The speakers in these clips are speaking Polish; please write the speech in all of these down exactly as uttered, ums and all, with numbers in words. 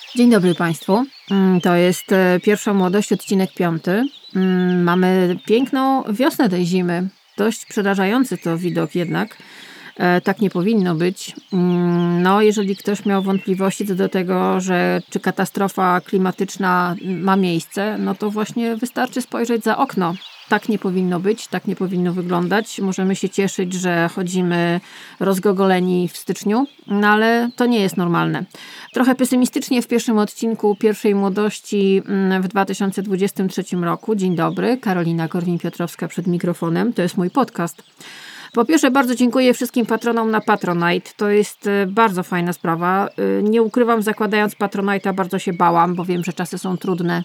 Dzień dobry Państwu. To jest Pierwsza Młodość, odcinek piąty. Mamy piękną wiosnę tej zimy. Dość przerażający to widok jednak. Tak nie powinno być. No, jeżeli ktoś miał wątpliwości co do tego, że czy katastrofa klimatyczna ma miejsce, no to właśnie wystarczy spojrzeć za okno. Tak nie powinno być, tak nie powinno wyglądać. Możemy się cieszyć, że chodzimy rozgogoleni w styczniu, no ale to nie jest normalne. Trochę pesymistycznie w pierwszym odcinku Pierwszej Młodości w dwa tysiące dwudziestym trzecim roku. Dzień dobry, Karolina Korwin-Piotrowska przed mikrofonem. To jest mój podcast. Po pierwsze, bardzo dziękuję wszystkim patronom na Patronite. To jest bardzo fajna sprawa. Nie ukrywam, zakładając Patronite'a bardzo się bałam, bo wiem, że czasy są trudne.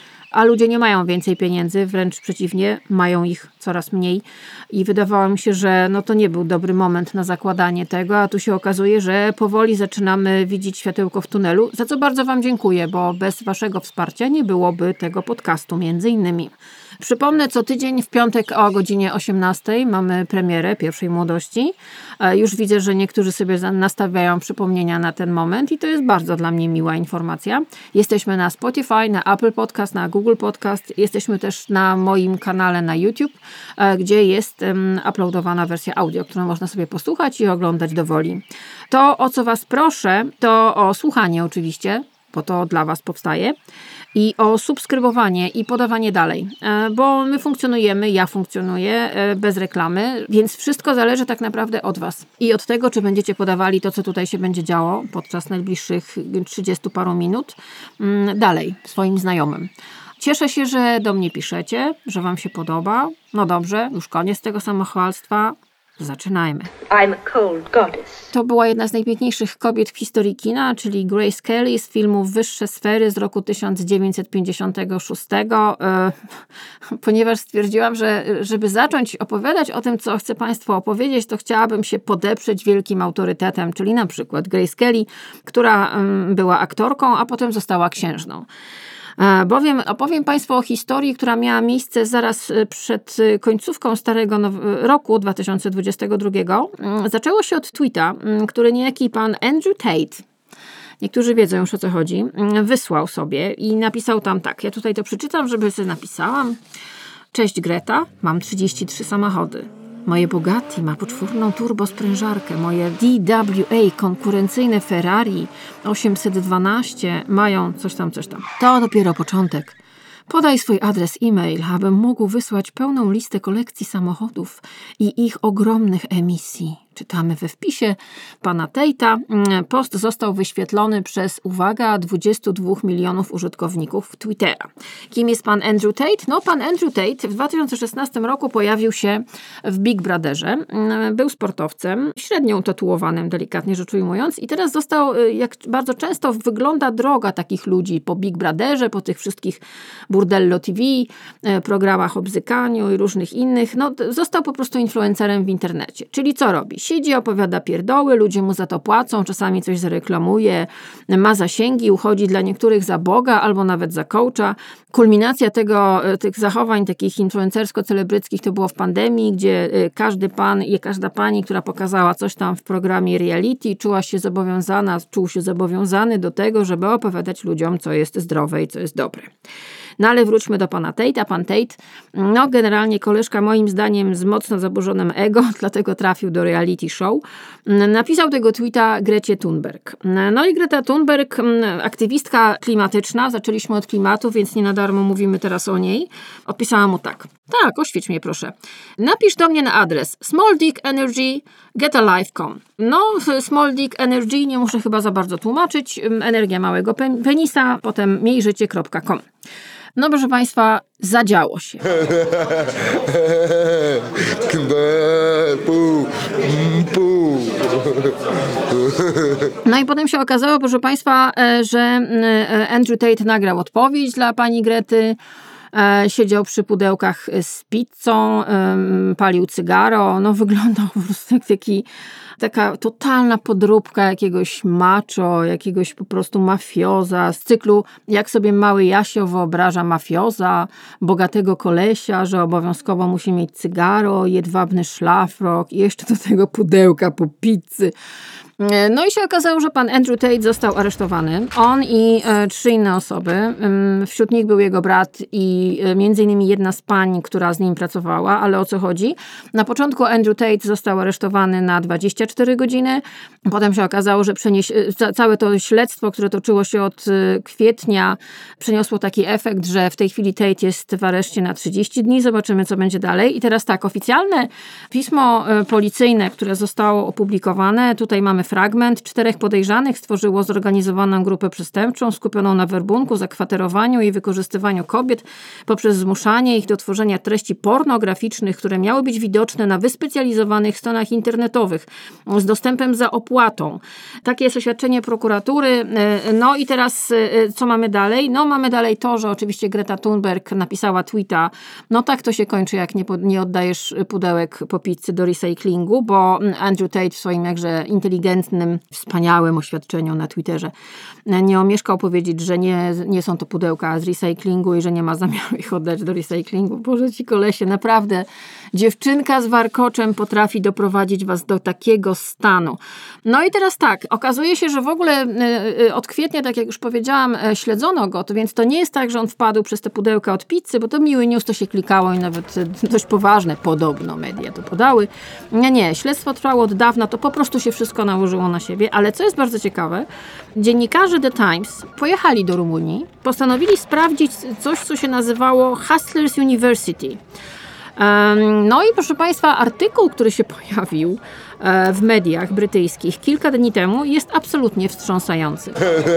A ludzie nie mają więcej pieniędzy, wręcz przeciwnie, mają ich coraz mniej. I wydawało mi się, że no to nie był dobry moment na zakładanie tego, a tu się okazuje, że powoli zaczynamy widzieć światełko w tunelu, za co bardzo Wam dziękuję, bo bez Waszego wsparcia nie byłoby tego podcastu między innymi. Przypomnę, co tydzień w piątek o godzinie osiemnastej mamy premierę Pierwszej Młodości. Już widzę, że niektórzy sobie nastawiają przypomnienia na ten moment i to jest bardzo dla mnie miła informacja. Jesteśmy na Spotify, na Apple Podcast, na Google Podcast. Jesteśmy też na moim kanale na YouTube, gdzie jest um, uploadowana wersja audio, którą można sobie posłuchać i oglądać do woli. To, o co Was proszę, to o słuchanie oczywiście, bo to dla Was powstaje, i o subskrybowanie i podawanie dalej, bo my funkcjonujemy, ja funkcjonuję bez reklamy, więc wszystko zależy tak naprawdę od Was i od tego, czy będziecie podawali to, co tutaj się będzie działo podczas najbliższych trzydziestu paru minut dalej swoim znajomym. Cieszę się, że do mnie piszecie, że Wam się podoba. No dobrze, już koniec tego samochwalstwa. Zaczynajmy. I'm a cold goddess. To była jedna z najpiękniejszych kobiet w historii kina, czyli Grace Kelly z filmu Wyższe sfery z roku tysiąc dziewięćset pięćdziesiątego szóstego. Yy, ponieważ stwierdziłam, że żeby zacząć opowiadać o tym, co chcę Państwu opowiedzieć, to chciałabym się podeprzeć wielkim autorytetem, czyli na przykład Grace Kelly, która yy, była aktorką, a potem została księżną. Bowiem opowiem Państwu o historii, która miała miejsce zaraz przed końcówką starego roku dwa tysiące dwudziestego drugiego. Zaczęło się od tweeta, który niejaki pan Andrew Tate, niektórzy wiedzą już o co chodzi, wysłał sobie i napisał tam tak. Ja tutaj to przeczytam, żeby sobie napisałam. Cześć Greta, mam trzydzieści trzy samochody. Moje Bugatti ma poczwórną turbosprężarkę, moje D W A konkurencyjne Ferrari osiemset dwanaście mają coś tam, coś tam. To dopiero początek. Podaj swój adres e-mail, abym mógł wysłać pełną listę kolekcji samochodów i ich ogromnych emisji. Czytamy we wpisie pana Tate'a. Post został wyświetlony przez, uwaga, dwudziestu dwóch milionów użytkowników Twittera. Kim jest pan Andrew Tate? No, pan Andrew Tate w dwa tysiące szesnastym roku pojawił się w Big Brotherze. Był sportowcem, średnio utytułowanym, delikatnie rzecz ujmując, i teraz został, jak bardzo często wygląda droga takich ludzi po Big Brotherze, po tych wszystkich Burdello T V, programach o bzykaniu i różnych innych. No, został po prostu influencerem w internecie. Czyli co robi? Siedzi, opowiada pierdoły, ludzie mu za to płacą, czasami coś zareklamuje, ma zasięgi, uchodzi dla niektórych za Boga albo nawet za coacha. Kulminacja tego, tych zachowań takich influencersko-celebryckich to było w pandemii, gdzie każdy pan i każda pani, która pokazała coś tam w programie reality, czuła się zobowiązana, czuł się zobowiązany do tego, żeby opowiadać ludziom, co jest zdrowe i co jest dobre. No ale wróćmy do pana Tate'a. Pan Tate, no generalnie koleżka moim zdaniem z mocno zaburzonym ego, dlatego trafił do reality show. Napisał tego tweeta Grecie Thunberg. No i Greta Thunberg, aktywistka klimatyczna, zaczęliśmy od klimatu, więc nie na darmo mówimy teraz o niej. Odpisała mu tak. Tak, oświeć mnie proszę. Napisz do mnie na adres small dick energy get a life dot com. No, small dick energy nie muszę chyba za bardzo tłumaczyć. Energia małego penisa, potem miejżycie kropka com. No proszę Państwa, zadziało się. No i potem się okazało, proszę Państwa, że Andrew Tate nagrał odpowiedź dla pani Grety. Siedział przy pudełkach z pizzą, palił cygaro, no wyglądał po prostu jak taki, taka totalna podróbka jakiegoś macho, jakiegoś po prostu mafioza z cyklu, jak sobie mały Jasio wyobraża mafioza, bogatego kolesia, że obowiązkowo musi mieć cygaro, jedwabny szlafrok i jeszcze do tego pudełka po pizzy. No i się okazało, że pan Andrew Tate został aresztowany. On i e, trzy inne osoby. Wśród nich był jego brat i e, między innymi jedna z pań, która z nim pracowała. Ale o co chodzi? Na początku Andrew Tate został aresztowany na dwadzieścia cztery godziny. Potem się okazało, że przenieś, ca, całe to śledztwo, które toczyło się od e, kwietnia, przyniosło taki efekt, że w tej chwili Tate jest w areszcie na trzydzieści dni. Zobaczymy, co będzie dalej. I teraz tak, oficjalne pismo e, policyjne, które zostało opublikowane, tutaj mamy fragment. Czterech podejrzanych stworzyło zorganizowaną grupę przestępczą skupioną na werbunku, zakwaterowaniu i wykorzystywaniu kobiet poprzez zmuszanie ich do tworzenia treści pornograficznych, które miały być widoczne na wyspecjalizowanych stronach internetowych z dostępem za opłatą. Takie jest oświadczenie prokuratury. No i teraz co mamy dalej? No mamy dalej to, że oczywiście Greta Thunberg napisała tweeta, no tak to się kończy, jak nie, nie oddajesz pudełek po pizzy do recyklingu, bo Andrew Tate w swoim jakże inteligentnym, wspaniałym oświadczeniu na Twitterze nie omieszkał powiedzieć, że nie, nie są to pudełka z recyklingu i że nie ma zamiaru ich oddać do recyklingu. Boże ci kolesie, naprawdę dziewczynka z warkoczem potrafi doprowadzić was do takiego stanu. No i teraz tak, okazuje się, że w ogóle od kwietnia, tak jak już powiedziałam, śledzono go, to więc to nie jest tak, że on wpadł przez te pudełka od pizzy, bo to miły news, to się klikało i nawet dość poważne, podobno media to podały. Nie, nie, śledztwo trwało od dawna, to po prostu się wszystko nałożyło na siebie, ale co jest bardzo ciekawe, dziennikarze The Times pojechali do Rumunii, postanowili sprawdzić coś, co się nazywało Hustlers University. No i proszę Państwa, artykuł, który się pojawił w mediach brytyjskich kilka dni temu, jest absolutnie wstrząsający.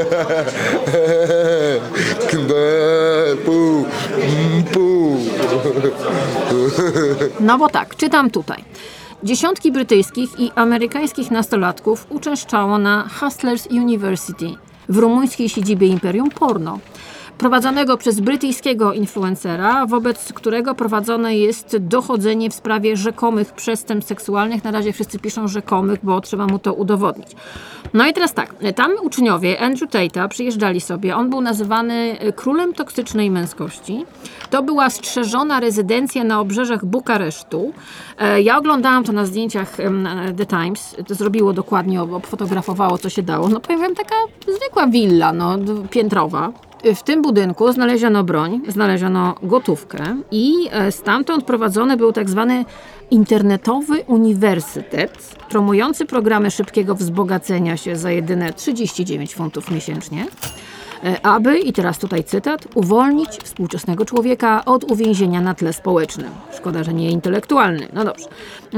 No bo tak, czytam tutaj. Dziesiątki brytyjskich i amerykańskich nastolatków uczęszczało na Hustlers University w rumuńskiej siedzibie Imperium Porno, prowadzonego przez brytyjskiego influencera, wobec którego prowadzone jest dochodzenie w sprawie rzekomych przestępstw seksualnych. Na razie wszyscy piszą rzekomych, bo trzeba mu to udowodnić. No i teraz tak, tam uczniowie Andrew Tate'a przyjeżdżali sobie, on był nazywany królem toksycznej męskości. To była strzeżona rezydencja na obrzeżach Bukaresztu. Ja oglądałam to na zdjęciach The Times, to zrobiło dokładnie, obfotografowało co się dało. No powiem wam, taka zwykła willa, no piętrowa. W tym budynku znaleziono broń, znaleziono gotówkę i stamtąd prowadzony był tak zwany internetowy uniwersytet promujący programy szybkiego wzbogacenia się za jedyne trzydzieści dziewięć funtów miesięcznie, aby, i teraz tutaj cytat, uwolnić współczesnego człowieka od uwięzienia na tle społecznym. Szkoda, że nie intelektualny. No dobrze.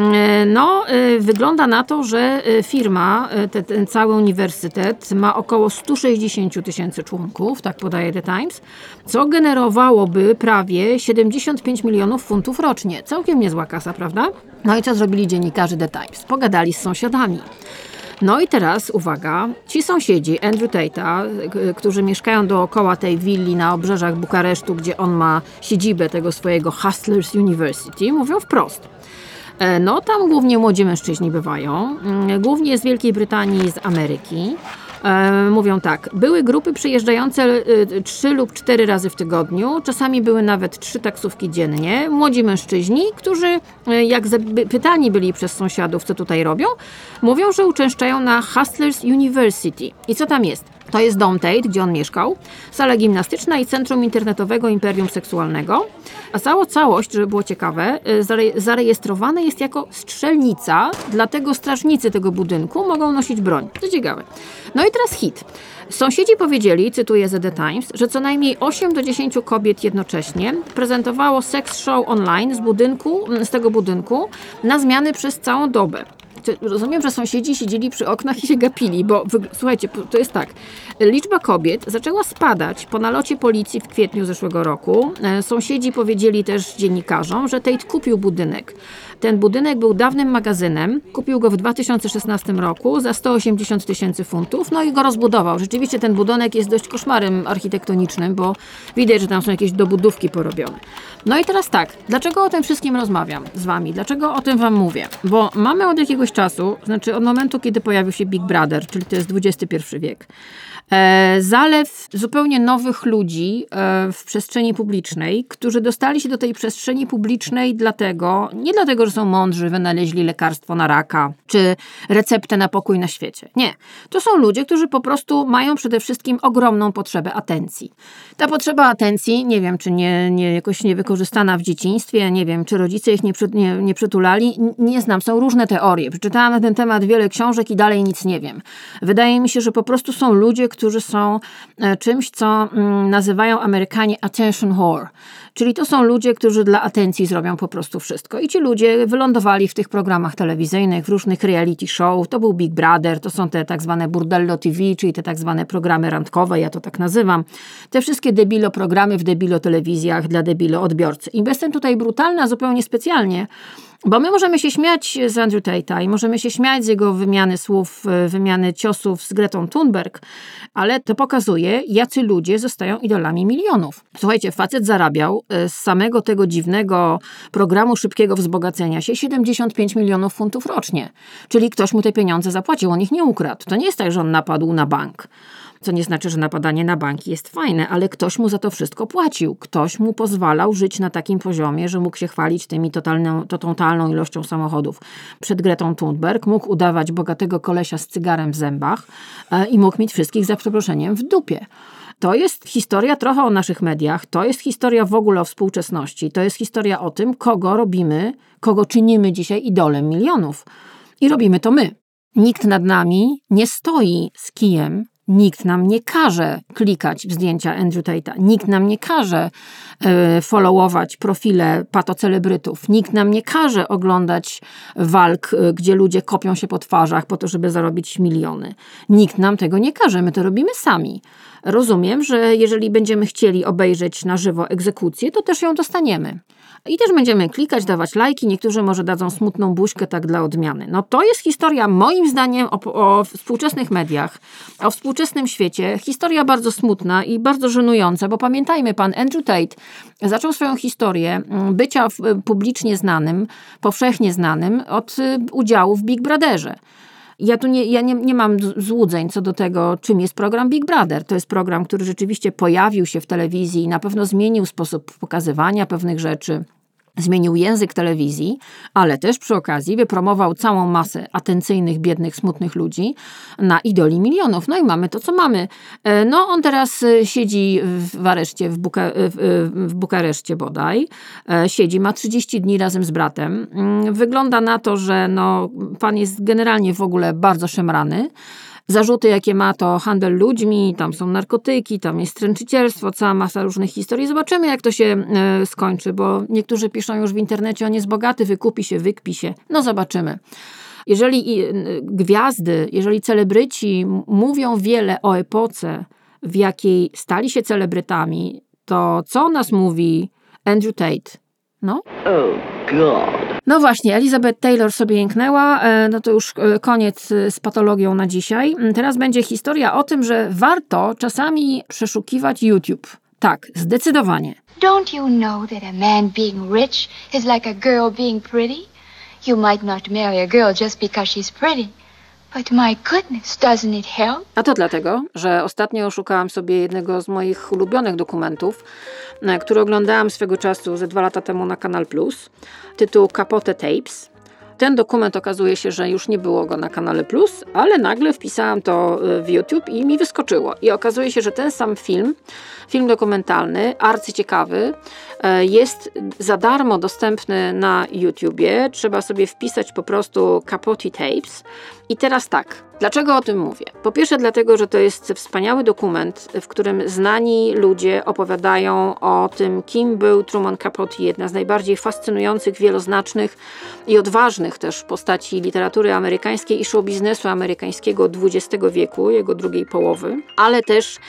No, wygląda na to, że firma, ten, ten cały uniwersytet ma około sto sześćdziesiąt tysięcy członków, tak podaje The Times, co generowałoby prawie siedemdziesiąt pięć milionów funtów rocznie. Całkiem niezła kasa, prawda? No i co zrobili dziennikarze The Times? Pogadali z sąsiadami. No i teraz, uwaga, ci sąsiedzi Andrew Tate'a, którzy mieszkają dookoła tej willi na obrzeżach Bukaresztu, gdzie on ma siedzibę tego swojego Hustlers University, mówią wprost. No tam głównie młodzi mężczyźni bywają, głównie z Wielkiej Brytanii i z Ameryki. Mówią tak, były grupy przyjeżdżające trzy lub cztery razy w tygodniu, czasami były nawet trzy taksówki dziennie, młodzi mężczyźni, którzy jak pytani byli przez sąsiadów, co tutaj robią, mówią, że uczęszczają na Hustlers University. I co tam jest? To jest dom Tate, gdzie on mieszkał, sala gimnastyczna i centrum internetowego imperium seksualnego. A cała całość, żeby było ciekawe, zarejestrowane jest jako strzelnica, dlatego strażnicy tego budynku mogą nosić broń. To ciekawe. No i teraz hit. Sąsiedzi powiedzieli, cytuję z The Times, że co najmniej osiem do dziesięciu kobiet jednocześnie prezentowało sex show online z budynku, z tego budynku na zmiany przez całą dobę. Rozumiem, że sąsiedzi siedzieli przy oknach i się gapili, bo słuchajcie, to jest tak. Liczba kobiet zaczęła spadać po nalocie policji w kwietniu zeszłego roku. Sąsiedzi powiedzieli też dziennikarzom, że Tate kupił budynek. Ten budynek był dawnym magazynem. Kupił go w dwa tysiące szesnastym roku za sto osiemdziesiąt tysięcy funtów, no i go rozbudował. Rzeczywiście ten budynek jest dość koszmarem architektonicznym, bo widać, że tam są jakieś dobudówki porobione. No i teraz tak, dlaczego o tym wszystkim rozmawiam z wami? Dlaczego o tym wam mówię? Bo mamy od jakiegoś czasu, znaczy od momentu, kiedy pojawił się Big Brother, czyli to jest dwudziesty pierwszy wiek, e, zalew zupełnie nowych ludzi e, w przestrzeni publicznej, którzy dostali się do tej przestrzeni publicznej dlatego, nie dlatego, że są mądrzy, wynaleźli lekarstwo na raka, czy receptę na pokój na świecie. Nie. To są ludzie, którzy po prostu mają przede wszystkim ogromną potrzebę atencji. Ta potrzeba atencji, nie wiem, czy nie, nie jakoś niewykorzystana w dzieciństwie, nie wiem, czy rodzice ich nie, przy, nie, nie przytulali, nie znam, są różne teorie. Przeczytałam na ten temat wiele książek i dalej nic nie wiem. Wydaje mi się, że po prostu są ludzie, którzy są czymś, co nazywają Amerykanie attention whore. Czyli to są ludzie, którzy dla atencji zrobią po prostu wszystko. I ci ludzie wylądowali w tych programach telewizyjnych, w różnych reality show. To był Big Brother, to są te tak zwane Burdello T V, czyli te tak zwane programy randkowe, ja to tak nazywam. Te wszystkie debilo programy w debilo telewizjach dla debilo odbiorcy. I jestem tutaj brutalna zupełnie specjalnie, bo my możemy się śmiać z Andrew Tate'a i możemy się śmiać z jego wymiany słów, wymiany ciosów z Gretą Thunberg, ale to pokazuje, jacy ludzie zostają idolami milionów. Słuchajcie, facet zarabiał z samego tego dziwnego programu szybkiego wzbogacenia się siedemdziesiąt pięć milionów funtów rocznie. Czyli ktoś mu te pieniądze zapłacił, on ich nie ukradł. To nie jest tak, że on napadł na bank. Co nie znaczy, że napadanie na banki jest fajne, ale ktoś mu za to wszystko płacił. Ktoś mu pozwalał żyć na takim poziomie, że mógł się chwalić tymi totalną, to totalną ilością samochodów przed Gretą Thunberg, mógł udawać bogatego kolesia z cygarem w zębach e, i mógł mieć wszystkich za przeproszeniem w dupie. To jest historia trochę o naszych mediach, to jest historia w ogóle o współczesności, to jest historia o tym, kogo robimy, kogo czynimy dzisiaj idolem milionów. I robimy to my. Nikt nad nami nie stoi z kijem. Nikt nam nie każe klikać w zdjęcia Andrew Tate'a. Nikt nam nie każe y, followować profile patocelebrytów. Nikt nam nie każe oglądać walk, y, gdzie ludzie kopią się po twarzach po to, żeby zarobić miliony. Nikt nam tego nie każe. My to robimy sami. Rozumiem, że jeżeli będziemy chcieli obejrzeć na żywo egzekucję, to też ją dostaniemy. I też będziemy klikać, dawać lajki. Niektórzy może dadzą smutną buźkę tak dla odmiany. No to jest historia moim zdaniem o, o współczesnych mediach, o współczesnym świecie. Historia bardzo smutna i bardzo żenująca, bo pamiętajmy, pan Andrew Tate zaczął swoją historię bycia publicznie znanym, powszechnie znanym od udziału w Big Brotherze. Ja tu nie, ja nie, nie mam złudzeń co do tego, czym jest program Big Brother. To jest program, który rzeczywiście pojawił się w telewizji i na pewno zmienił sposób pokazywania pewnych rzeczy. Zmienił język telewizji, ale też przy okazji wypromował całą masę atencyjnych, biednych, smutnych ludzi na idoli milionów. No i mamy to, co mamy. No on teraz siedzi w areszcie, w, Buka- w Bukareszcie bodaj. Siedzi, ma trzydzieści dni razem z bratem. Wygląda na to, że no, pan jest generalnie w ogóle bardzo szemrany. Zarzuty, jakie ma, to handel ludźmi, tam są narkotyki, tam jest stręczycielstwo, cała masa różnych historii. Zobaczymy, jak to się y, skończy, bo niektórzy piszą już w internecie, on jest bogaty, wykupi się, wykpi się. No zobaczymy. Jeżeli y, gwiazdy, jeżeli celebryci mówią wiele o epoce, w jakiej stali się celebrytami, to co o nas mówi Andrew Tate? No? Oh God. No właśnie, Elizabeth Taylor sobie jęknęła, no to już koniec z patologią na dzisiaj. Teraz będzie historia o tym, że warto czasami przeszukiwać YouTube. Tak, zdecydowanie. Don't you know that a man being rich is like a girl being pretty? You might not marry a girl just because she's pretty. But my goodness, doesn't it help? A to dlatego, że ostatnio szukałam sobie jednego z moich ulubionych dokumentów, który oglądałam swego czasu ze dwa lata temu na Kanal Plus. Tytuł Capote Tapes. Ten dokument okazuje się, że już nie było go na Kanale Plus, ale nagle wpisałam to w YouTube i mi wyskoczyło. I okazuje się, że ten sam film, film dokumentalny, arcyciekawy, jest za darmo dostępny na YouTubie. Trzeba sobie wpisać po prostu Capote Tapes. I teraz tak, dlaczego o tym mówię? Po pierwsze dlatego, że to jest wspaniały dokument, w którym znani ludzie opowiadają o tym, kim był Truman Capote, jedna z najbardziej fascynujących, wieloznacznych i odważnych też postaci literatury amerykańskiej i show biznesu amerykańskiego dwudziestego wieku, jego drugiej połowy, ale też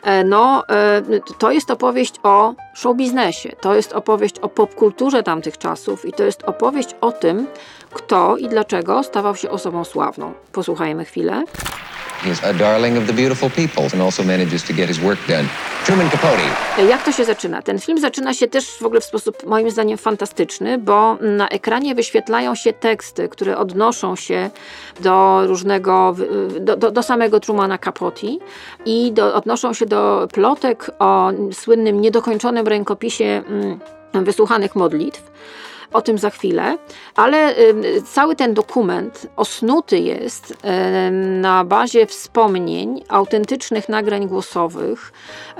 no, to jest opowieść o show biznesie, to jest opowieść o popkulturze tamtych czasów i to jest opowieść o tym, kto i dlaczego stawał się osobą sławną. Posłuchajmy chwilę. He's a darling of the beautiful people and also manages to get his work done. Truman Capote. Jak to się zaczyna? Ten film zaczyna się też w ogóle w sposób moim zdaniem fantastyczny, bo na ekranie wyświetlają się teksty, które odnoszą się do różnego, do, do, do samego Trumana Capote i do, odnoszą się do plotek o słynnym niedokończonym rękopisie mm, wysłuchanych modlitw. O tym za chwilę, ale cały ten dokument osnuty jest na bazie wspomnień, autentycznych nagrań głosowych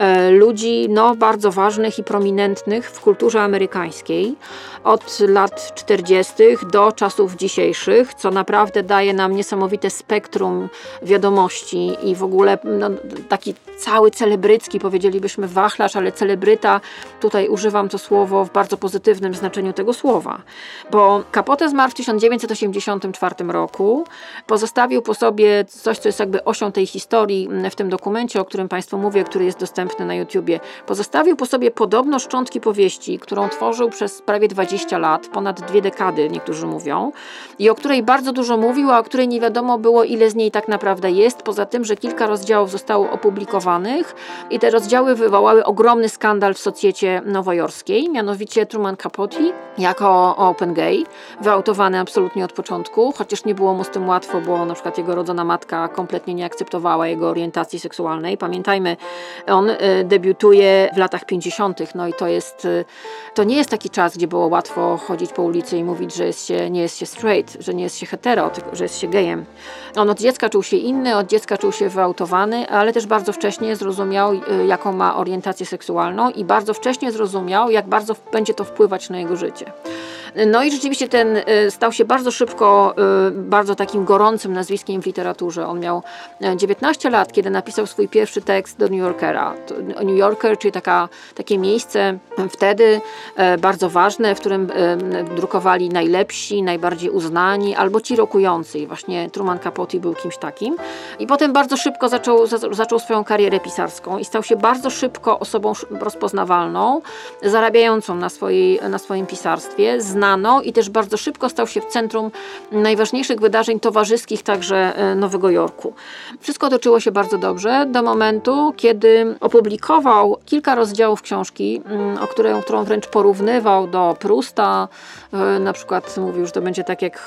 ludzi no, bardzo ważnych i prominentnych w kulturze amerykańskiej od lat czterdziestych do czasów dzisiejszych, co naprawdę daje nam niesamowite spektrum wiadomości i w ogóle no, taki cały celebrycki, powiedzielibyśmy wachlarz, ale celebryta, tutaj używam to słowo w bardzo pozytywnym znaczeniu tego słowa, bo Capote zmarł w tysiąc dziewięćset osiemdziesiątym czwartym roku, pozostawił po sobie coś, co jest jakby osią tej historii w tym dokumencie, o którym Państwu mówię, który jest dostępny na YouTubie. Pozostawił po sobie podobno szczątki powieści, którą tworzył przez prawie dwadzieścia lat, ponad dwie dekady, niektórzy mówią, i o której bardzo dużo mówił, a o której nie wiadomo było, ile z niej tak naprawdę jest, poza tym, że kilka rozdziałów zostało opublikowanych i te rozdziały wywołały ogromny skandal w socjecie nowojorskiej, mianowicie Truman Capote jako open gay, wyautowany absolutnie od początku, chociaż nie było mu z tym łatwo, bo na przykład jego rodzona matka kompletnie nie akceptowała jego orientacji seksualnej. Pamiętajmy, on debiutuje w latach pięćdziesiątych, no i to jest, to nie jest taki czas, gdzie było łatwo chodzić po ulicy i mówić, że jest się, nie jest się straight, że nie jest się hetero, tylko że jest się gejem. On od dziecka czuł się inny, od dziecka czuł się wyautowany, ale też bardzo wcześnie zrozumiał, jaką ma orientację seksualną i bardzo wcześnie zrozumiał, jak bardzo będzie to wpływać na jego życie. No i rzeczywiście ten stał się bardzo szybko, bardzo takim gorącym nazwiskiem w literaturze. On miał dziewiętnaście lat, kiedy napisał swój pierwszy tekst do New Yorkera. New Yorker, czyli taka, takie miejsce wtedy bardzo ważne, w którym drukowali najlepsi, najbardziej uznani albo ci rokujący. I właśnie Truman Capote był kimś takim. I potem bardzo szybko zaczął, zaczął swoją karierę pisarską i stał się bardzo szybko osobą rozpoznawalną, zarabiającą na, swojej, na swoim pisarstwie, znano i też bardzo szybko stał się w centrum najważniejszych wydarzeń towarzyskich także Nowego Jorku. Wszystko toczyło się bardzo dobrze do momentu, kiedy opublikował kilka rozdziałów książki, o którą, którą wręcz porównywał do Prousta. Na przykład mówił, że to będzie tak jak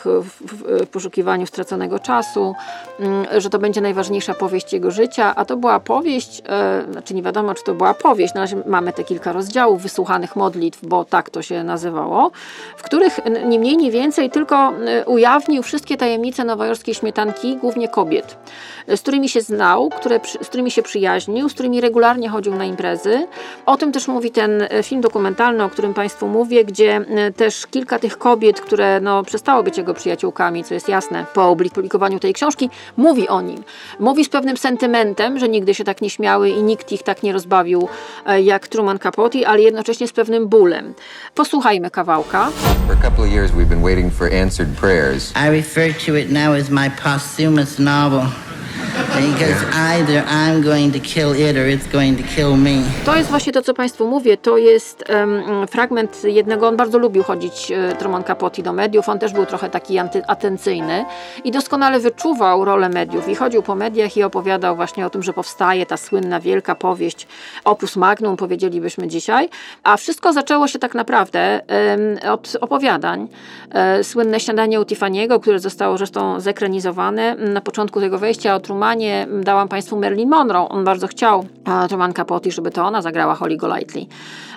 w poszukiwaniu straconego czasu, że to będzie najważniejsza powieść jego życia, a to była powieść, znaczy nie wiadomo, czy to była powieść, na razie mamy te kilka rozdziałów wysłuchanych modlitw, bo tak to się nazywało, w których nie mniej, nie więcej tylko ujawnił wszystkie tajemnice nowojorskiej śmietanki, głównie kobiet, z którymi się znał, które, z którymi się przyjaźnił, z którymi regularnie chodził na imprezy. O tym też mówi ten film dokumentalny, o którym Państwu mówię, gdzie też kilka tych kobiet, które no, przestało być jego przyjaciółkami, co jest jasne po opublikowaniu tej książki, mówi o nim. Mówi z pewnym sentymentem, że nigdy się tak nie śmiały i nikt ich tak nie rozbawił jak Truman Capote, ale jednocześnie z pewnym bólem. Posłuchajmy kawałka. For a couple of years we've been waiting for answered prayers. I refer to it now as my posthumous novel. Because either I'm going to kill it or it's going to kill me. To jest właśnie to, co Państwu mówię. To jest um, fragment jednego, on bardzo lubił chodzić, e, Truman Capote, do mediów. On też był trochę taki antyatencyjny i doskonale wyczuwał rolę mediów. I chodził po mediach i opowiadał właśnie o tym, że powstaje ta słynna, wielka powieść, opus magnum, powiedzielibyśmy dzisiaj. A wszystko zaczęło się tak naprawdę um, od opowiadań. E, słynne Śniadanie u Tiffany'ego, które zostało zresztą zekranizowane. Na początku tego wejścia o Trumanie dałam Państwu Marilyn Monroe. On bardzo chciał, a Truman Capote, żeby to ona zagrała Holly Golightly.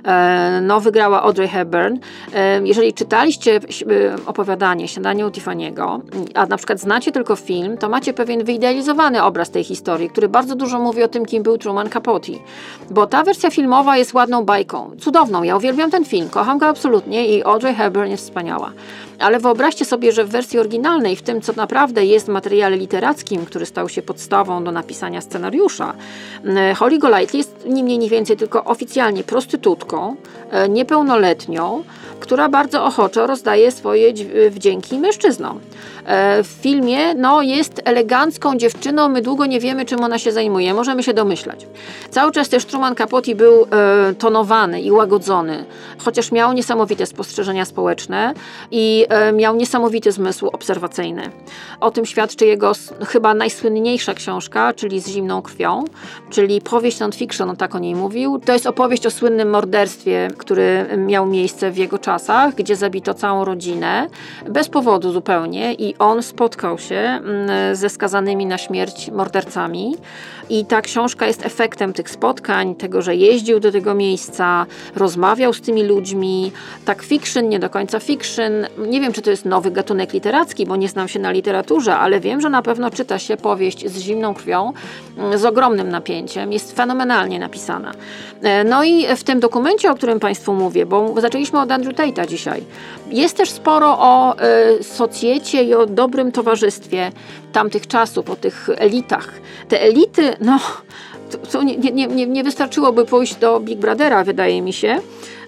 No, wygrała Audrey Hepburn. Jeżeli czytaliście opowiadanie Śniadanie u Tiffany'ego, a na przykład znacie tylko film, to macie pewien wyidealizowany obraz tej historii, który bardzo dużo mówi o tym, kim był Truman Capote. Bo ta wersja filmowa jest ładną bajką. Cudowną. Ja uwielbiam ten film. Kocham go absolutnie i Audrey Hepburn jest wspaniała. Ale wyobraźcie sobie, że w wersji oryginalnej, w tym, co naprawdę jest w materiale literackim, który stał się podstawą do napisania scenariusza, Holly Golightly jest ni mniej, ni więcej tylko oficjalnie prostytutką, niepełnoletnią, która bardzo ochoczo rozdaje swoje wdzięki mężczyznom. W filmie no, jest elegancką dziewczyną, my długo nie wiemy, czym ona się zajmuje, możemy się domyślać. Cały czas też Truman Capote był e, tonowany i łagodzony, chociaż miał niesamowite spostrzeżenia społeczne i e, miał niesamowity zmysł obserwacyjny. O tym świadczy jego s- chyba najsłynniejsza książka, czyli Z zimną krwią, czyli powieść non-fiction, on tak o niej mówił. To jest opowieść o słynnym morderstwie, który miał miejsce w jego czasach, gdzie zabito całą rodzinę, bez powodu zupełnie, i on spotkał się mm, ze skazanymi na śmierć mordercami. I ta książka jest efektem tych spotkań, tego, że jeździł do tego miejsca, rozmawiał z tymi ludźmi. Tak fiction, nie do końca fiction. Nie wiem, czy to jest nowy gatunek literacki, bo nie znam się na literaturze, ale wiem, że na pewno czyta się powieść Z zimną krwią z ogromnym napięciem. Jest fenomenalnie napisana. No i w tym dokumencie, o którym Państwu mówię, bo zaczęliśmy od Andrew Tate'a dzisiaj, jest też sporo o y, socjecie i o dobrym towarzystwie tamtych czasów, o tych elitach. Te elity, no, to, to nie, nie, nie, nie wystarczyłoby pójść do Big Brothera, wydaje mi się,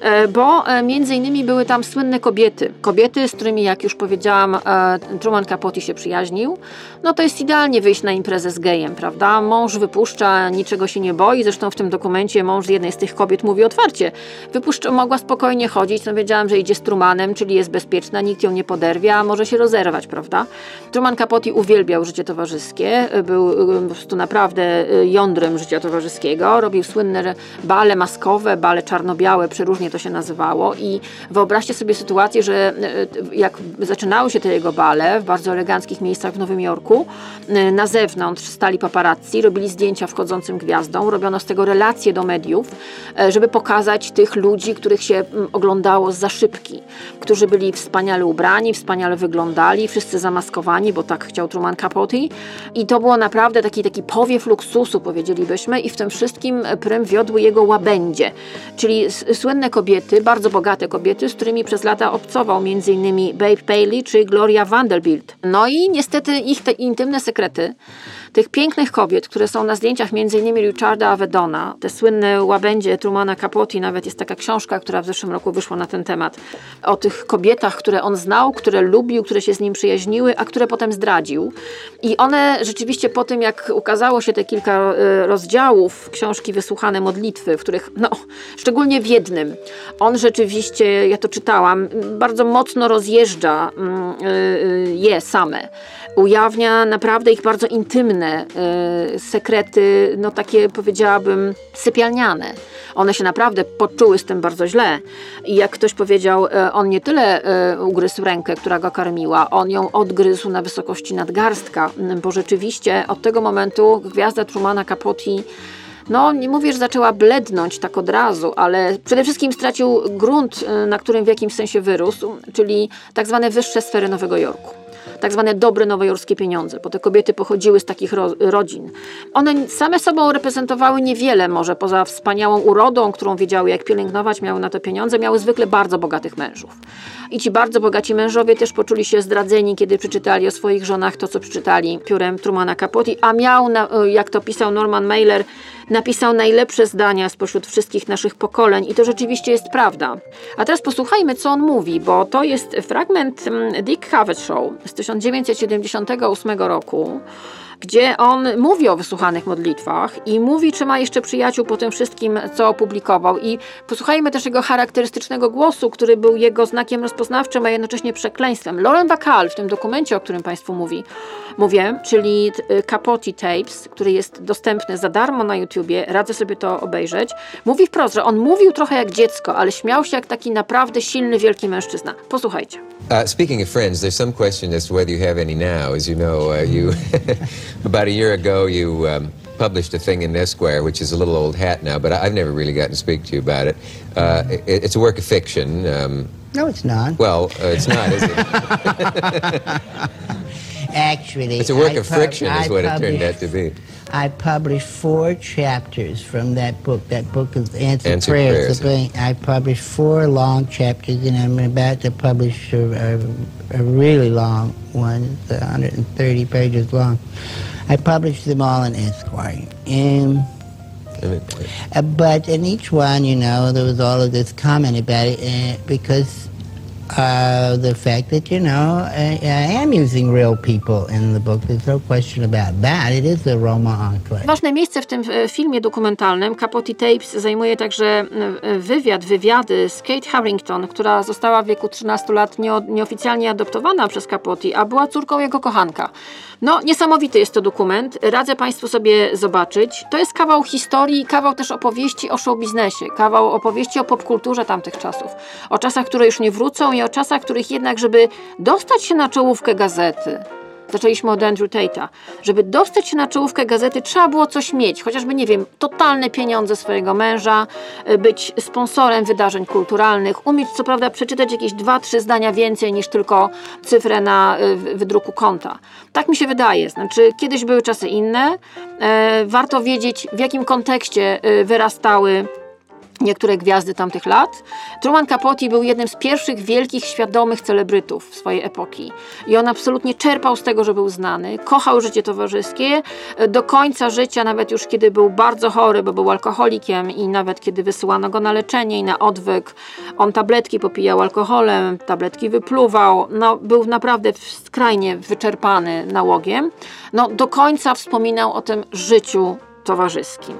bo między innymi były tam słynne kobiety. Kobiety, z którymi, jak już powiedziałam, Truman Capote się przyjaźnił. No to jest idealnie wyjść na imprezę z gejem, prawda? Mąż wypuszcza, niczego się nie boi. Zresztą w tym dokumencie mąż jednej z tych kobiet mówi otwarcie. Wypuszcza, mogła spokojnie chodzić. No wiedziałam, że idzie z Trumanem, czyli jest bezpieczna, nikt ją nie poderwie, a może się rozerwać, prawda? Truman Capote uwielbiał życie towarzyskie. Był po prostu naprawdę jądrem życia towarzyskiego. Robił słynne bale maskowe, bale czarno-białe, przeróżnie to się nazywało, i wyobraźcie sobie sytuację, że jak zaczynały się te jego bale w bardzo eleganckich miejscach w Nowym Jorku, na zewnątrz stali paparazzi, robili zdjęcia wchodzącym gwiazdom, robiono z tego relacje do mediów, żeby pokazać tych ludzi, których się oglądało zza szybki, którzy byli wspaniale ubrani, wspaniale wyglądali, wszyscy zamaskowani, bo tak chciał Truman Capote, i to było naprawdę taki, taki powiew luksusu, powiedzielibyśmy, i w tym wszystkim prym wiodły jego łabędzie, czyli słynne kobiety, bardzo bogate kobiety, z którymi przez lata obcował, między innymi Babe Paley czy Gloria Vanderbilt. No i niestety ich te intymne sekrety tych pięknych kobiet, które są na zdjęciach między innymi Richarda Avedona, te słynne łabędzie Trumana Capote, nawet jest taka książka, która w zeszłym roku wyszła na ten temat, o tych kobietach, które on znał, które lubił, które się z nim przyjaźniły, a które potem zdradził. I one rzeczywiście po tym, jak ukazało się te kilka rozdziałów książki Wysłuchane modlitwy, w których, no, szczególnie w jednym, on rzeczywiście, ja to czytałam, bardzo mocno rozjeżdża je same. Ujawnia naprawdę ich bardzo intymne y, sekrety, no takie, powiedziałabym, sypialniane. One się naprawdę poczuły z tym bardzo źle. I jak ktoś powiedział, y, on nie tyle y, ugryzł rękę, która go karmiła, on ją odgryzł na wysokości nadgarstka, y, bo rzeczywiście od tego momentu gwiazda Trumana Capote, no nie mówię, że zaczęła blednąć tak od razu, ale przede wszystkim stracił grunt, y, na którym w jakimś sensie wyrósł, czyli tak zwane wyższe sfery Nowego Jorku. Tak zwane dobre nowojorskie pieniądze, bo te kobiety pochodziły z takich ro- rodzin. One same sobą reprezentowały niewiele, może poza wspaniałą urodą, którą wiedziały jak pielęgnować, miały na to pieniądze, miały zwykle bardzo bogatych mężów. I ci bardzo bogaci mężowie też poczuli się zdradzeni, kiedy przeczytali o swoich żonach to, co przeczytali piórem Trumana Capote, a miał, jak to pisał Norman Mailer, napisał najlepsze zdania spośród wszystkich naszych pokoleń, i to rzeczywiście jest prawda. A teraz posłuchajmy, co on mówi, bo to jest fragment Dick Cavett Show z tysiąc dziewięćset siedemdziesiątego ósmego roku, gdzie on mówi o wysłuchanych modlitwach i mówi, czy ma jeszcze przyjaciół po tym wszystkim, co opublikował. I posłuchajmy też jego charakterystycznego głosu, który był jego znakiem rozpoznawczym, a jednocześnie przekleństwem. Lauren Bacall w tym dokumencie, o którym Państwu mówi, mówię, czyli Capote Tapes, który jest dostępny za darmo na YouTubie, radzę sobie to obejrzeć, mówi wprost, że on mówił trochę jak dziecko, ale śmiał się jak taki naprawdę silny, wielki mężczyzna. Posłuchajcie. Uh, speaking of friends, there's some question as to whether you have any now. As you know, uh, you about a year ago you um, published a thing in Esquire, which is a little old hat now, but I've never really gotten to speak to you about it. Uh, it it's a work of fiction. Um, No, it's not. well, uh, it's not, is it? Actually, It's a work I of pub- friction, is I what it turned published- out to be. I published four chapters from that book. That book is Answered, Answered Prayers. Prayers, The thing- I published four long chapters, and I'm about to publish a, a, a really long one. It's one hundred thirty pages long. I published them all in Esquire. And, uh, but in each one, you know, there was all of this comment about it, uh, because Uh, the fact that, you know, I, I am using real people in the book. There's no question about that. It is a roman en clair. Ważne miejsce w tym filmie dokumentalnym Capote Tapes zajmuje także wywiad, wywiady z Kate Harington, która została w wieku trzynastu lat nie, nieoficjalnie adoptowana przez Capote, a była córką jego kochanka. No, niesamowity jest to dokument. Radzę Państwu sobie zobaczyć. To jest kawał historii, kawał też opowieści o showbiznesie, kawał opowieści o popkulturze tamtych czasów. O czasach, które już nie wrócą i o czasach, których jednak, żeby dostać się na czołówkę gazety, zaczęliśmy od Andrew Tate'a, żeby dostać się na czołówkę gazety, trzeba było coś mieć, chociażby, nie wiem, totalne pieniądze swojego męża, być sponsorem wydarzeń kulturalnych, umieć co prawda przeczytać jakieś dwa, trzy zdania więcej niż tylko cyfrę na wydruku konta. Tak mi się wydaje. Znaczy, kiedyś były czasy inne. E, warto wiedzieć, w jakim kontekście wyrastały niektóre gwiazdy tamtych lat. Truman Capote był jednym z pierwszych wielkich, świadomych celebrytów swojej epoki. I on absolutnie czerpał z tego, że był znany. Kochał życie towarzyskie. Do końca życia, nawet już kiedy był bardzo chory, bo był alkoholikiem i nawet kiedy wysyłano go na leczenie i na odwyk, on tabletki popijał alkoholem, tabletki wypluwał. No, był naprawdę skrajnie wyczerpany nałogiem. No, do końca wspominał o tym życiu towarzyskim.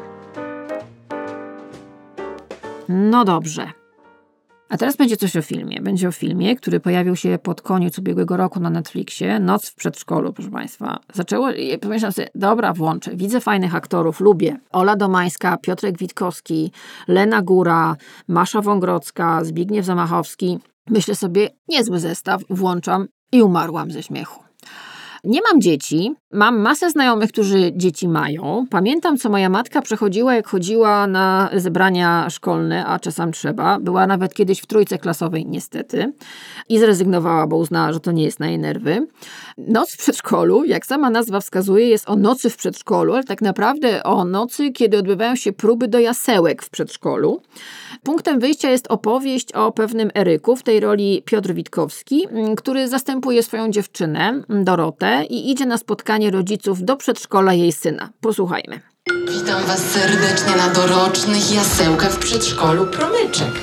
No dobrze. A teraz będzie coś o filmie. Będzie o filmie, który pojawił się pod koniec ubiegłego roku na Netflixie. Noc w przedszkolu, proszę Państwa. Zaczęło, pomyślałam sobie, dobra, włączę. Widzę fajnych aktorów, lubię. Ola Domańska, Piotrek Witkowski, Lena Góra, Masza Wągrodzka, Zbigniew Zamachowski. Myślę sobie, niezły zestaw, włączam i umarłam ze śmiechu. Nie mam dzieci, mam masę znajomych, którzy dzieci mają. Pamiętam, co moja matka przechodziła, jak chodziła na zebrania szkolne, a czasem trzeba. Była nawet kiedyś w trójce klasowej, niestety. I zrezygnowała, bo uznała, że to nie jest na jej nerwy. Noc w przedszkolu, jak sama nazwa wskazuje, jest o nocy w przedszkolu, ale tak naprawdę o nocy, kiedy odbywają się próby do jasełek w przedszkolu. Punktem wyjścia jest opowieść o pewnym Eryku, w tej roli Piotr Witkowski, który zastępuje swoją dziewczynę, Dorotę, i idzie na spotkanie rodziców do przedszkola jej syna. Posłuchajmy. Witam Was serdecznie na dorocznych jasełkach w przedszkolu Promyczek.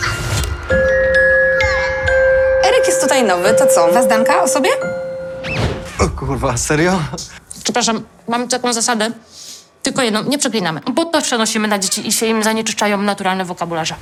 Eryk jest tutaj nowy, to co? Wazdanka o sobie? O kurwa, serio? Przepraszam, mamy taką zasadę. Tylko jedną, nie przeklinamy. Bo to przenosimy na dzieci i się im zanieczyszczają naturalne wokabularze.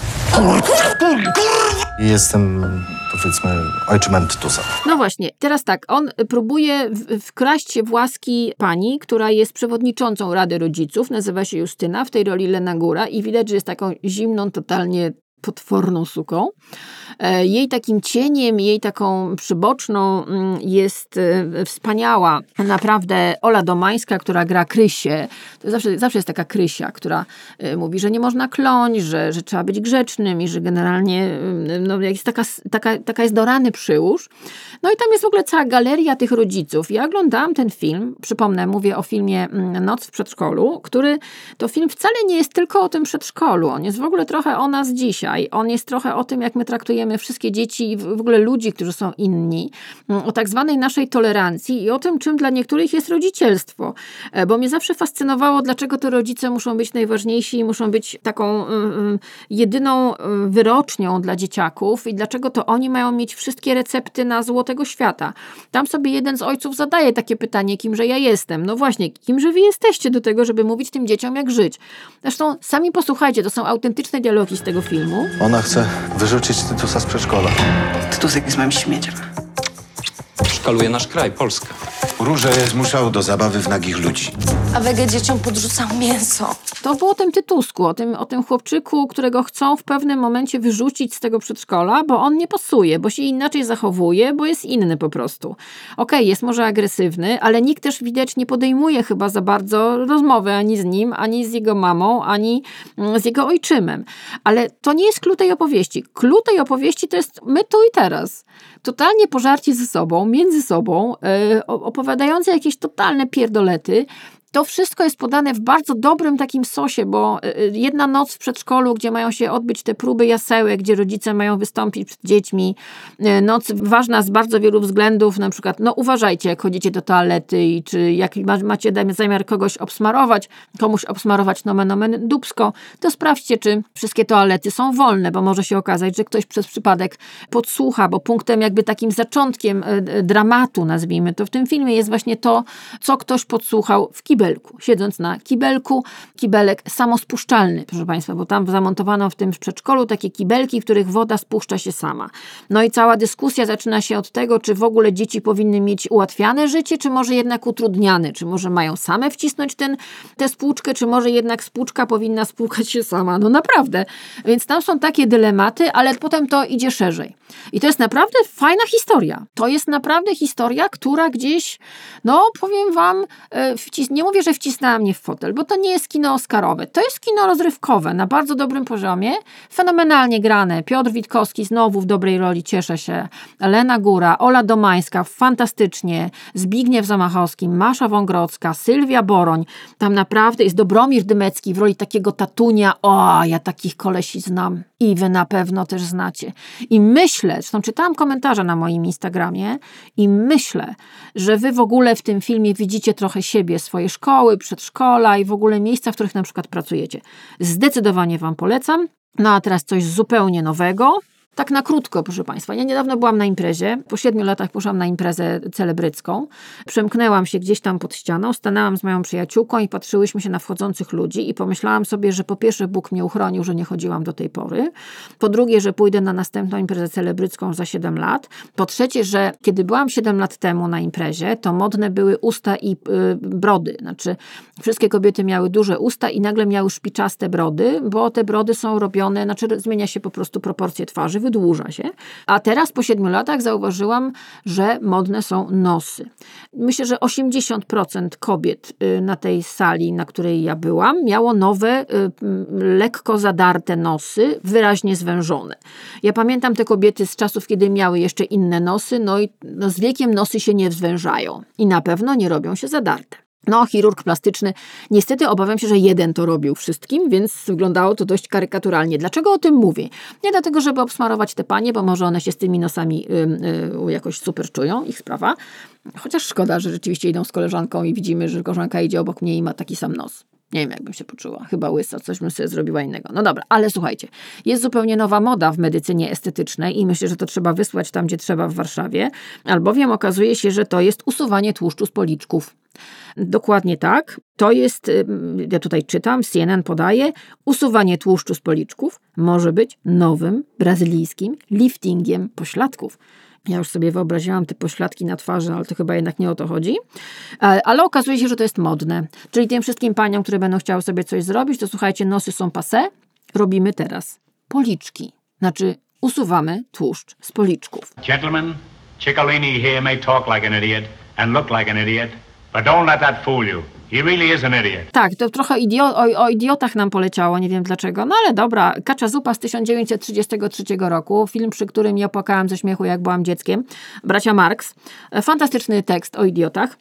Jestem, powiedzmy, ojczymem Tytusa. No właśnie, teraz tak, on próbuje w- wkraść się w łaski pani, która jest przewodniczącą Rady Rodziców, nazywa się Justyna, w tej roli Lena Góra i widać, że jest taką zimną, totalnie potworną suką. Jej takim cieniem, jej taką przyboczną jest wspaniała naprawdę Ola Domańska, która gra Krysię. To zawsze, zawsze jest taka Krysia, która mówi, że nie można kląć, że, że trzeba być grzecznym i że generalnie no, jest taka, taka, taka jest do rany przyłóż. No i tam jest w ogóle cała galeria tych rodziców. Ja oglądałam ten film, przypomnę, mówię o filmie Noc w przedszkolu, który to film wcale nie jest tylko o tym przedszkolu. On jest w ogóle trochę o nas dzisiaj. On jest trochę o tym, jak my traktujemy wszystkie dzieci i w ogóle ludzi, którzy są inni, o tak zwanej naszej tolerancji i o tym, czym dla niektórych jest rodzicielstwo. Bo mnie zawsze fascynowało, dlaczego to rodzice muszą być najważniejsi i muszą być taką y, y, jedyną wyrocznią dla dzieciaków i dlaczego to oni mają mieć wszystkie recepty na zło tego świata. Tam sobie jeden z ojców zadaje takie pytanie, kimże ja jestem. No właśnie, kimże wy jesteście do tego, żeby mówić tym dzieciom, jak żyć. Zresztą sami posłuchajcie, to są autentyczne dialogi z tego filmu. Ona chce wyrzucić Tytusa z przedszkola. Tytusek jest moim śmieciem. Szkaluje nasz kraj, Polskę. Róże zmuszał do zabawy w nagich ludzi. A wege dzieciom podrzucał mięso. To było o tym Tytusku, o tym, o tym chłopczyku, którego chcą w pewnym momencie wyrzucić z tego przedszkola, bo on nie pasuje, bo się inaczej zachowuje, bo jest inny po prostu. Okej, okay, jest może agresywny, ale nikt też widać nie podejmuje chyba za bardzo rozmowy ani z nim, ani z jego mamą, ani z jego ojczymem. Ale to nie jest clue tej opowieści. Clue tej opowieści to jest my tu i teraz. Totalnie pożarci ze sobą, między sobą, yy, opowiadające jakieś totalne pierdolety. to wszystko jest podane w bardzo dobrym takim sosie, bo jedna noc w przedszkolu, gdzie mają się odbyć te próby jasełek, gdzie rodzice mają wystąpić przed dziećmi. Noc ważna z bardzo wielu względów, na przykład, no uważajcie, jak chodzicie do toalety i czy jak macie zamiar kogoś obsmarować, komuś obsmarować nomen omen dupsko, to sprawdźcie, czy wszystkie toalety są wolne, bo może się okazać, że ktoś przez przypadek podsłucha, bo punktem jakby takim zaczątkiem dramatu, nazwijmy to, w tym filmie jest właśnie to, co ktoś podsłuchał w kibelku, siedząc na kibelku, kibelek samospuszczalny, proszę Państwa, bo tam zamontowano w tym przedszkolu takie kibelki, w których woda spuszcza się sama. No i cała dyskusja zaczyna się od tego, czy w ogóle dzieci powinny mieć ułatwiane życie, czy może jednak utrudniane, czy może mają same wcisnąć ten, tę spłuczkę, czy może jednak spłuczka powinna spłukać się sama. No naprawdę. Więc tam są takie dylematy, ale potem to idzie szerzej. I to jest naprawdę fajna historia. To jest naprawdę historia, która gdzieś, no powiem wam, wcis- nie mówię, że wcisnęła mnie w fotel, bo to nie jest kino oscarowe. To jest kino rozrywkowe na bardzo dobrym poziomie. Fenomenalnie grane. Piotr Witkowski znowu w dobrej roli, cieszę się. Lena Góra, Ola Domańska, fantastycznie. Zbigniew Zamachowski, Masza Wągrodzka, Sylwia Boroń. Tam naprawdę jest Dobromir Dymecki w roli takiego tatunia. O, ja takich kolesi znam. I wy na pewno też znacie. I myślę, zresztą czytałam komentarze na moim Instagramie i myślę, że wy w ogóle w tym filmie widzicie trochę siebie, swoje szkoły, przedszkola i w ogóle miejsca, w których na przykład pracujecie. Zdecydowanie wam polecam. No a teraz coś zupełnie nowego. Tak na krótko, proszę Państwa. Ja niedawno byłam na imprezie. Po siedmiu latach poszłam na imprezę celebrycką. Przemknęłam się gdzieś tam pod ścianą, stanęłam z moją przyjaciółką i patrzyłyśmy się na wchodzących ludzi i pomyślałam sobie, że po pierwsze Bóg mnie uchronił, że nie chodziłam do tej pory. Po drugie, że pójdę na następną imprezę celebrycką za siedem lat. Po trzecie, że kiedy byłam siedem lat temu na imprezie, to modne były usta i yy, brody. Znaczy wszystkie kobiety miały duże usta i nagle miały szpiczaste brody, bo te brody są robione, znaczy zmienia się po prostu proporcje twarzy, wydłuża się. A teraz po siedmiu latach zauważyłam, że modne są nosy. Myślę, że osiemdziesiąt procent kobiet na tej sali, na której ja byłam, miało nowe, lekko zadarte nosy, wyraźnie zwężone. Ja pamiętam te kobiety z czasów, kiedy miały jeszcze inne nosy, no i no z wiekiem nosy się nie zwężają i na pewno nie robią się zadarte. No, chirurg plastyczny, niestety obawiam się, że jeden to robił wszystkim, więc wyglądało to dość karykaturalnie. Dlaczego o tym mówię? Nie dlatego, żeby obsmarować te panie, bo może one się z tymi nosami yy, yy, jakoś super czują, ich sprawa. Chociaż szkoda, że rzeczywiście idą z koleżanką i widzimy, że koleżanka idzie obok mnie i ma taki sam nos. Nie wiem, jakbym się poczuła. Chyba łysa, coś bym sobie zrobiła innego. No dobra, ale słuchajcie, jest zupełnie nowa moda w medycynie estetycznej i myślę, że to trzeba wysłać tam, gdzie trzeba w Warszawie, albowiem okazuje się, że to jest usuwanie tłuszczu z policzków. Dokładnie tak. To jest, ja tutaj czytam, C N N podaje, usuwanie tłuszczu z policzków może być nowym brazylijskim liftingiem pośladków. Ja już sobie wyobraziłam te pośladki na twarzy, ale to chyba jednak nie o to chodzi. Ale okazuje się, że to jest modne. Czyli tym wszystkim paniom, które będą chciały sobie coś zrobić, to słuchajcie, nosy są passé, robimy teraz policzki. Znaczy usuwamy tłuszcz z policzków. Gentlemen, Ciccolini here may talk like an idiot and look like an idiot, but don't let that fool you. He really is an idiot. Tak, to trochę idio- o, o idiotach nam poleciało, nie wiem dlaczego, no ale dobra. Kacza zupa z tysiąc dziewięćset trzydziestego trzeciego roku, film, przy którym ja płakałam ze śmiechu, jak byłam dzieckiem. Bracia Marx. Fantastyczny tekst o idiotach.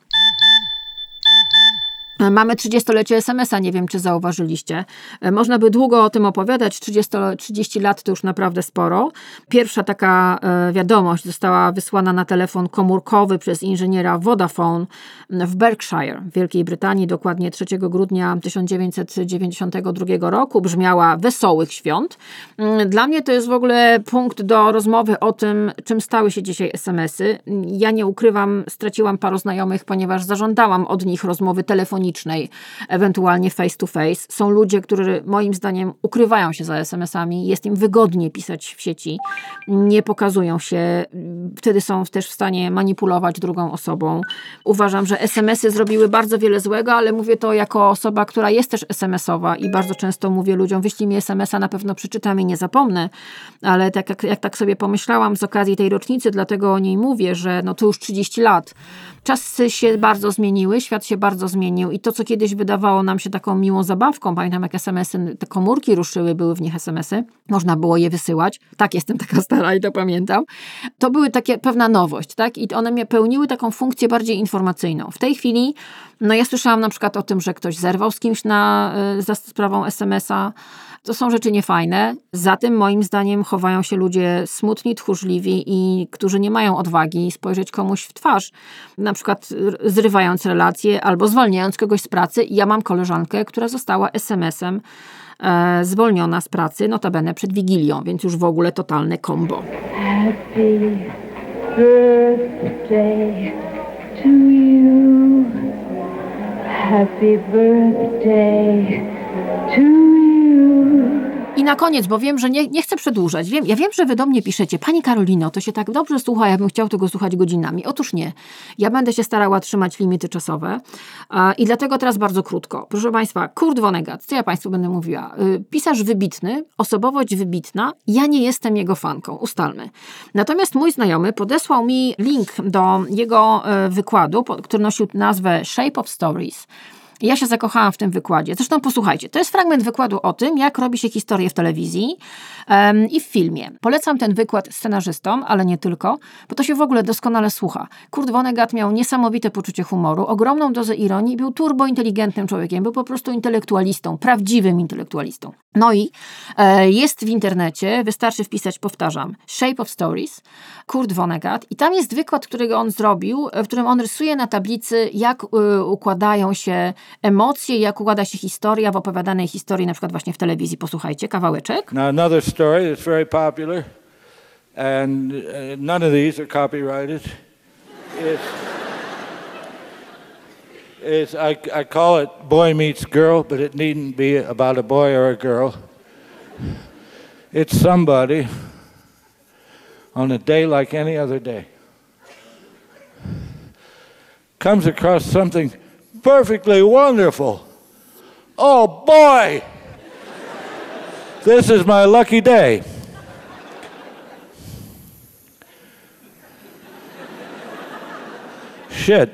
Mamy trzydziestolecie es em es a, nie wiem, czy zauważyliście. Można by długo o tym opowiadać, trzydzieści, trzydzieści lat to już naprawdę sporo. Pierwsza taka wiadomość została wysłana na telefon komórkowy przez inżyniera Vodafone w Berkshire, w Wielkiej Brytanii, dokładnie trzeciego grudnia tysiąc dziewięćset dziewięćdziesiątego drugiego roku. Brzmiała wesołych świąt. Dla mnie to jest w ogóle punkt do rozmowy o tym, czym stały się dzisiaj es em es y. Ja nie ukrywam, straciłam paru znajomych, ponieważ zażądałam od nich rozmowy telefonicznej, ewentualnie face to face. Są ludzie, którzy moim zdaniem ukrywają się za es em es ami, jest im wygodnie pisać w sieci, nie pokazują się, wtedy są też w stanie manipulować drugą osobą. Uważam, że es em es y zrobiły bardzo wiele złego, ale mówię to jako osoba, która jest też es em es owa i bardzo często mówię ludziom, wyślij mi es em es a, na pewno przeczytam i nie zapomnę, ale tak jak, jak tak sobie pomyślałam z okazji tej rocznicy, dlatego o niej mówię, że no to już trzydzieści lat. Czasy się bardzo zmieniły, świat się bardzo zmienił i to, co kiedyś wydawało nam się taką miłą zabawką, pamiętam jak es em es y, te komórki ruszyły, były w nich es em es y, można było je wysyłać, tak, jestem taka stara i to pamiętam, to były takie pewna nowość, tak, i one mnie pełniły taką funkcję bardziej informacyjną. W tej chwili No ja słyszałam na przykład o tym, że ktoś zerwał z kimś na, za sprawą es em es a. To są rzeczy niefajne. Za tym moim zdaniem chowają się ludzie smutni, tchórzliwi i którzy nie mają odwagi spojrzeć komuś w twarz. Na przykład zrywając relacje albo zwalniając kogoś z pracy. Ja mam koleżankę, która została es em es em e, zwolniona z pracy, notabene przed Wigilią, więc już w ogóle totalne combo. Happy birthday to you. Happy birthday to you. I na koniec, bo wiem, że nie, nie chcę przedłużać. Wiem, ja wiem, że wy do mnie piszecie, Pani Karolino, to się tak dobrze słucha, ja bym chciał tego słuchać godzinami. Otóż nie. Ja będę się starała trzymać limity czasowe a, i dlatego teraz bardzo krótko. Proszę Państwa, Kurt Vonnegut, co ja Państwu będę mówiła? Y, pisarz wybitny, osobowość wybitna, ja nie jestem jego fanką, ustalmy. Natomiast mój znajomy podesłał mi link do jego y, wykładu, po, który nosił nazwę Shape of Stories. Ja się zakochałam w tym wykładzie. Zresztą posłuchajcie, to jest fragment wykładu o tym, jak robi się historię w telewizji um, i w filmie. Polecam ten wykład scenarzystom, ale nie tylko, bo to się w ogóle doskonale słucha. Kurt Vonnegut miał niesamowite poczucie humoru, ogromną dozę ironii, był turbointeligentnym człowiekiem, był po prostu intelektualistą, prawdziwym intelektualistą. No i e, jest w internecie, wystarczy wpisać, powtarzam, Shape of Stories, Kurt Vonnegut i tam jest wykład, którego on zrobił, w którym on rysuje na tablicy, jak y, układają się emocje, jak układa się historia w opowiadanej historii, na przykład właśnie w telewizji. Posłuchajcie, kawałeczek. Now another story that's very popular and uh, none of these are copyrighted. It's, it's I, I call it Boy Meets Girl, but it needn't be about a boy or a girl. It's somebody on a day like any other day comes across something perfectly wonderful. Oh boy! This is my lucky day. Shit.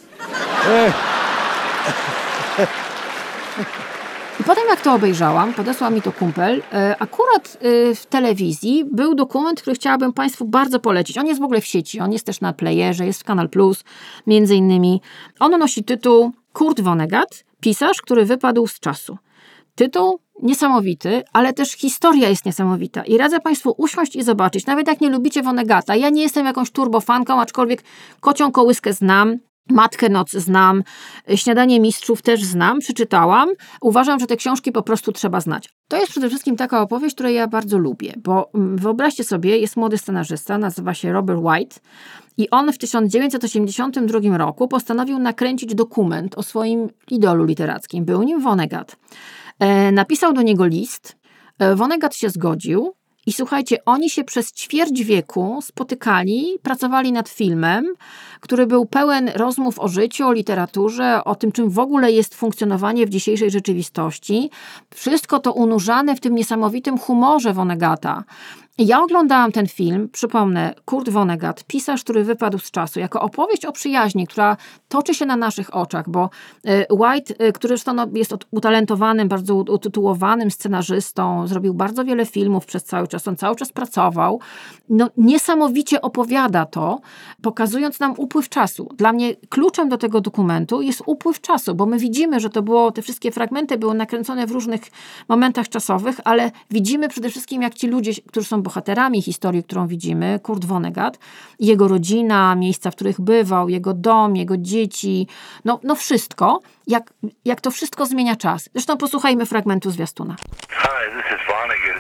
I potem jak to obejrzałam, podesłał mi to kumpel, akurat w telewizji był dokument, który chciałabym Państwu bardzo polecić. On jest w ogóle w sieci, on jest też na playerze, jest w Kanal Plus, między innymi. On nosi tytuł Kurt Vonnegut, pisarz, który wypadł z czasu. Tytuł niesamowity, ale też historia jest niesamowita i radzę Państwu usiąść i zobaczyć, nawet jak nie lubicie Vonneguta. Ja nie jestem jakąś turbofanką, aczkolwiek Kocią kołyskę znam, Matkę Noc znam, Śniadanie mistrzów też znam, przeczytałam. Uważam, że te książki po prostu trzeba znać. To jest przede wszystkim taka opowieść, której ja bardzo lubię, bo wyobraźcie sobie, jest młody scenarzysta, nazywa się Robert White i on w tysiąc dziewięćset osiemdziesiątym drugim roku postanowił nakręcić dokument o swoim idolu literackim. Był nim Vonnegut. E, napisał do niego list, e, Vonnegut się zgodził. I słuchajcie, oni się przez ćwierć wieku spotykali, pracowali nad filmem, który był pełen rozmów o życiu, o literaturze, o tym, czym w ogóle jest funkcjonowanie w dzisiejszej rzeczywistości. Wszystko to unurzane w tym niesamowitym humorze Vonneguta. Ja oglądałam ten film, przypomnę, Kurt Vonnegut, pisarz, który wypadł z czasu, jako opowieść o przyjaźni, która toczy się na naszych oczach, bo White, który zresztą jest utalentowanym, bardzo utytułowanym scenarzystą, zrobił bardzo wiele filmów przez cały czas, on cały czas pracował, no niesamowicie opowiada to, pokazując nam upływ czasu. Dla mnie kluczem do tego dokumentu jest upływ czasu, bo my widzimy, że to było, te wszystkie fragmenty były nakręcone w różnych momentach czasowych, ale widzimy przede wszystkim, jak ci ludzie, którzy są bohaterami historii, którą widzimy, Kurt Vonnegut, jego rodzina, miejsca, w których bywał, jego dom, jego dzieci, no, no wszystko, jak, jak to wszystko zmienia czas. Zresztą posłuchajmy fragmentu zwiastuna. Hi, this is Vonnegut.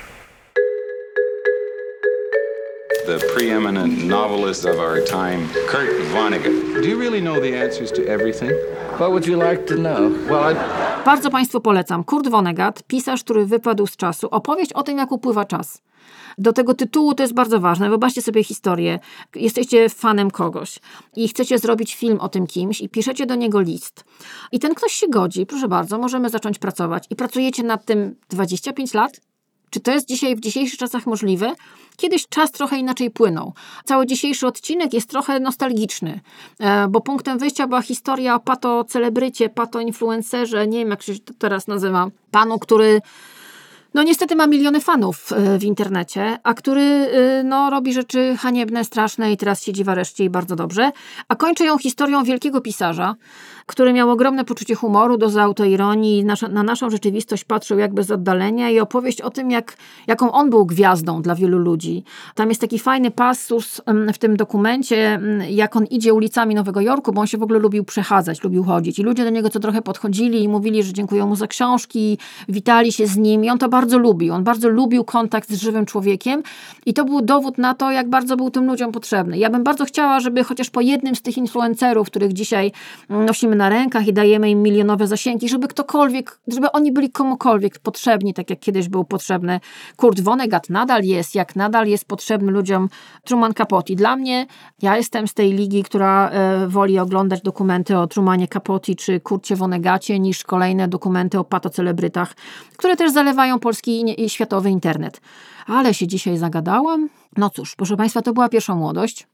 The preeminent novelist of our time, Kurt Vonnegut. Do you really know the answers to everything? What would you like to know? Well, I... Bardzo Państwu polecam. Kurt Vonnegut, pisarz, który wypadł z czasu. Opowieść o tym, jak upływa czas. Do tego tytułu to jest bardzo ważne. Wyobraźcie sobie historię. Jesteście fanem kogoś i chcecie zrobić film o tym kimś i piszecie do niego list. I ten ktoś się godzi. Proszę bardzo, możemy zacząć pracować. I pracujecie nad tym dwadzieścia pięć lat? Czy to jest dzisiaj w dzisiejszych czasach możliwe? Kiedyś czas trochę inaczej płynął. Cały dzisiejszy odcinek jest trochę nostalgiczny, bo punktem wyjścia była historia o pato-celebrycie, pato-influencerze, nie wiem jak się to teraz nazywa, panu, który No niestety ma miliony fanów w internecie, a który no, robi rzeczy haniebne, straszne i teraz siedzi w areszcie i bardzo dobrze. A kończę ją historią wielkiego pisarza, który miał ogromne poczucie humoru, dozę autoironii, nasza, na naszą rzeczywistość patrzył jakby z oddalenia i opowieść o tym, jak, jaką on był gwiazdą dla wielu ludzi. Tam jest taki fajny passus w tym dokumencie, jak on idzie ulicami Nowego Jorku, bo on się w ogóle lubił przechadzać, lubił chodzić. I ludzie do niego co trochę podchodzili i mówili, że dziękują mu za książki, witali się z nim i on to bardzo lubił. On bardzo lubił kontakt z żywym człowiekiem i to był dowód na to, jak bardzo był tym ludziom potrzebny. Ja bym bardzo chciała, żeby chociaż po jednym z tych influencerów, których dzisiaj nosimy na rękach i dajemy im milionowe zasięgi, żeby ktokolwiek, żeby oni byli komukolwiek potrzebni, tak jak kiedyś był potrzebny Kurt Vonnegut, nadal jest, jak nadal jest potrzebny ludziom Truman Capote. Dla mnie, ja jestem z tej ligi, która e, woli oglądać dokumenty o Trumanie Capote czy Kurcie Vonnegucie niż kolejne dokumenty o patocelebrytach, które też zalewają polski i, i światowy internet. Ale się dzisiaj zagadałam. No cóż, proszę Państwa, to była Pierwsza Młodość.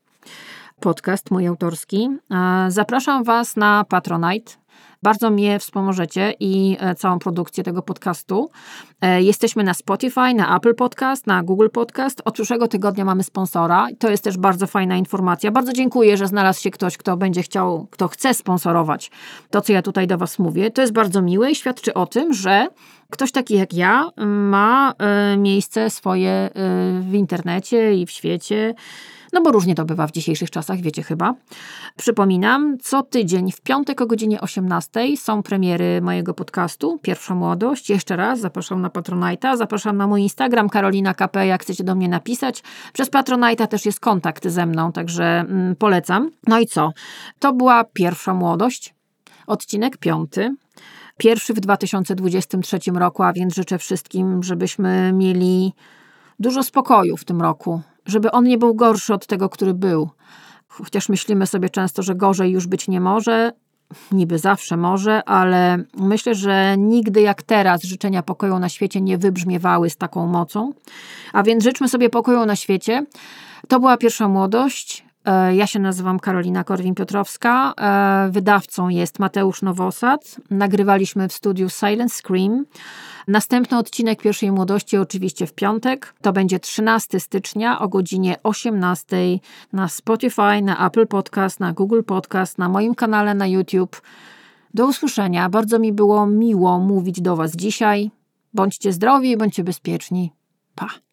Podcast mój autorski. Zapraszam Was na Patronite. Bardzo mnie wspomożecie i całą produkcję tego podcastu. Jesteśmy na Spotify, na Apple Podcast, na Google Podcast. Od przyszłego tygodnia mamy sponsora. To jest też bardzo fajna informacja. Bardzo dziękuję, że znalazł się ktoś, kto będzie chciał, kto chce sponsorować to, co ja tutaj do Was mówię. To jest bardzo miłe i świadczy o tym, że ktoś taki jak ja ma miejsce swoje w internecie i w świecie. No bo różnie to bywa w dzisiejszych czasach, wiecie chyba. Przypominam, co tydzień w piątek o godzinie osiemnastej są premiery mojego podcastu Pierwsza Młodość. Jeszcze raz zapraszam na Patronite'a, zapraszam na mój Instagram Karolina K P, jak chcecie do mnie napisać. Przez Patronite'a też jest kontakt ze mną, także mm, polecam. No i co? To była Pierwsza Młodość, odcinek piąty. Pierwszy w dwa tysiące dwudziestym trzecim roku, a więc życzę wszystkim, żebyśmy mieli dużo spokoju w tym roku. Żeby on nie był gorszy od tego, który był. Chociaż myślimy sobie często, że gorzej już być nie może, niby zawsze może, ale myślę, że nigdy jak teraz życzenia pokoju na świecie nie wybrzmiewały z taką mocą. A więc życzmy sobie pokoju na świecie. To była Pierwsza Młodość. Ja się nazywam Karolina Korwin-Piotrowska. Wydawcą jest Mateusz Nowosad. Nagrywaliśmy w studiu Silent Scream. Następny odcinek Pierwszej Młodości oczywiście w piątek. To będzie trzynastego stycznia o godzinie osiemnastej na Spotify, na Apple Podcast, na Google Podcast, na moim kanale na YouTube. Do usłyszenia. Bardzo mi było miło mówić do Was dzisiaj. Bądźcie zdrowi, bądźcie bezpieczni. Pa!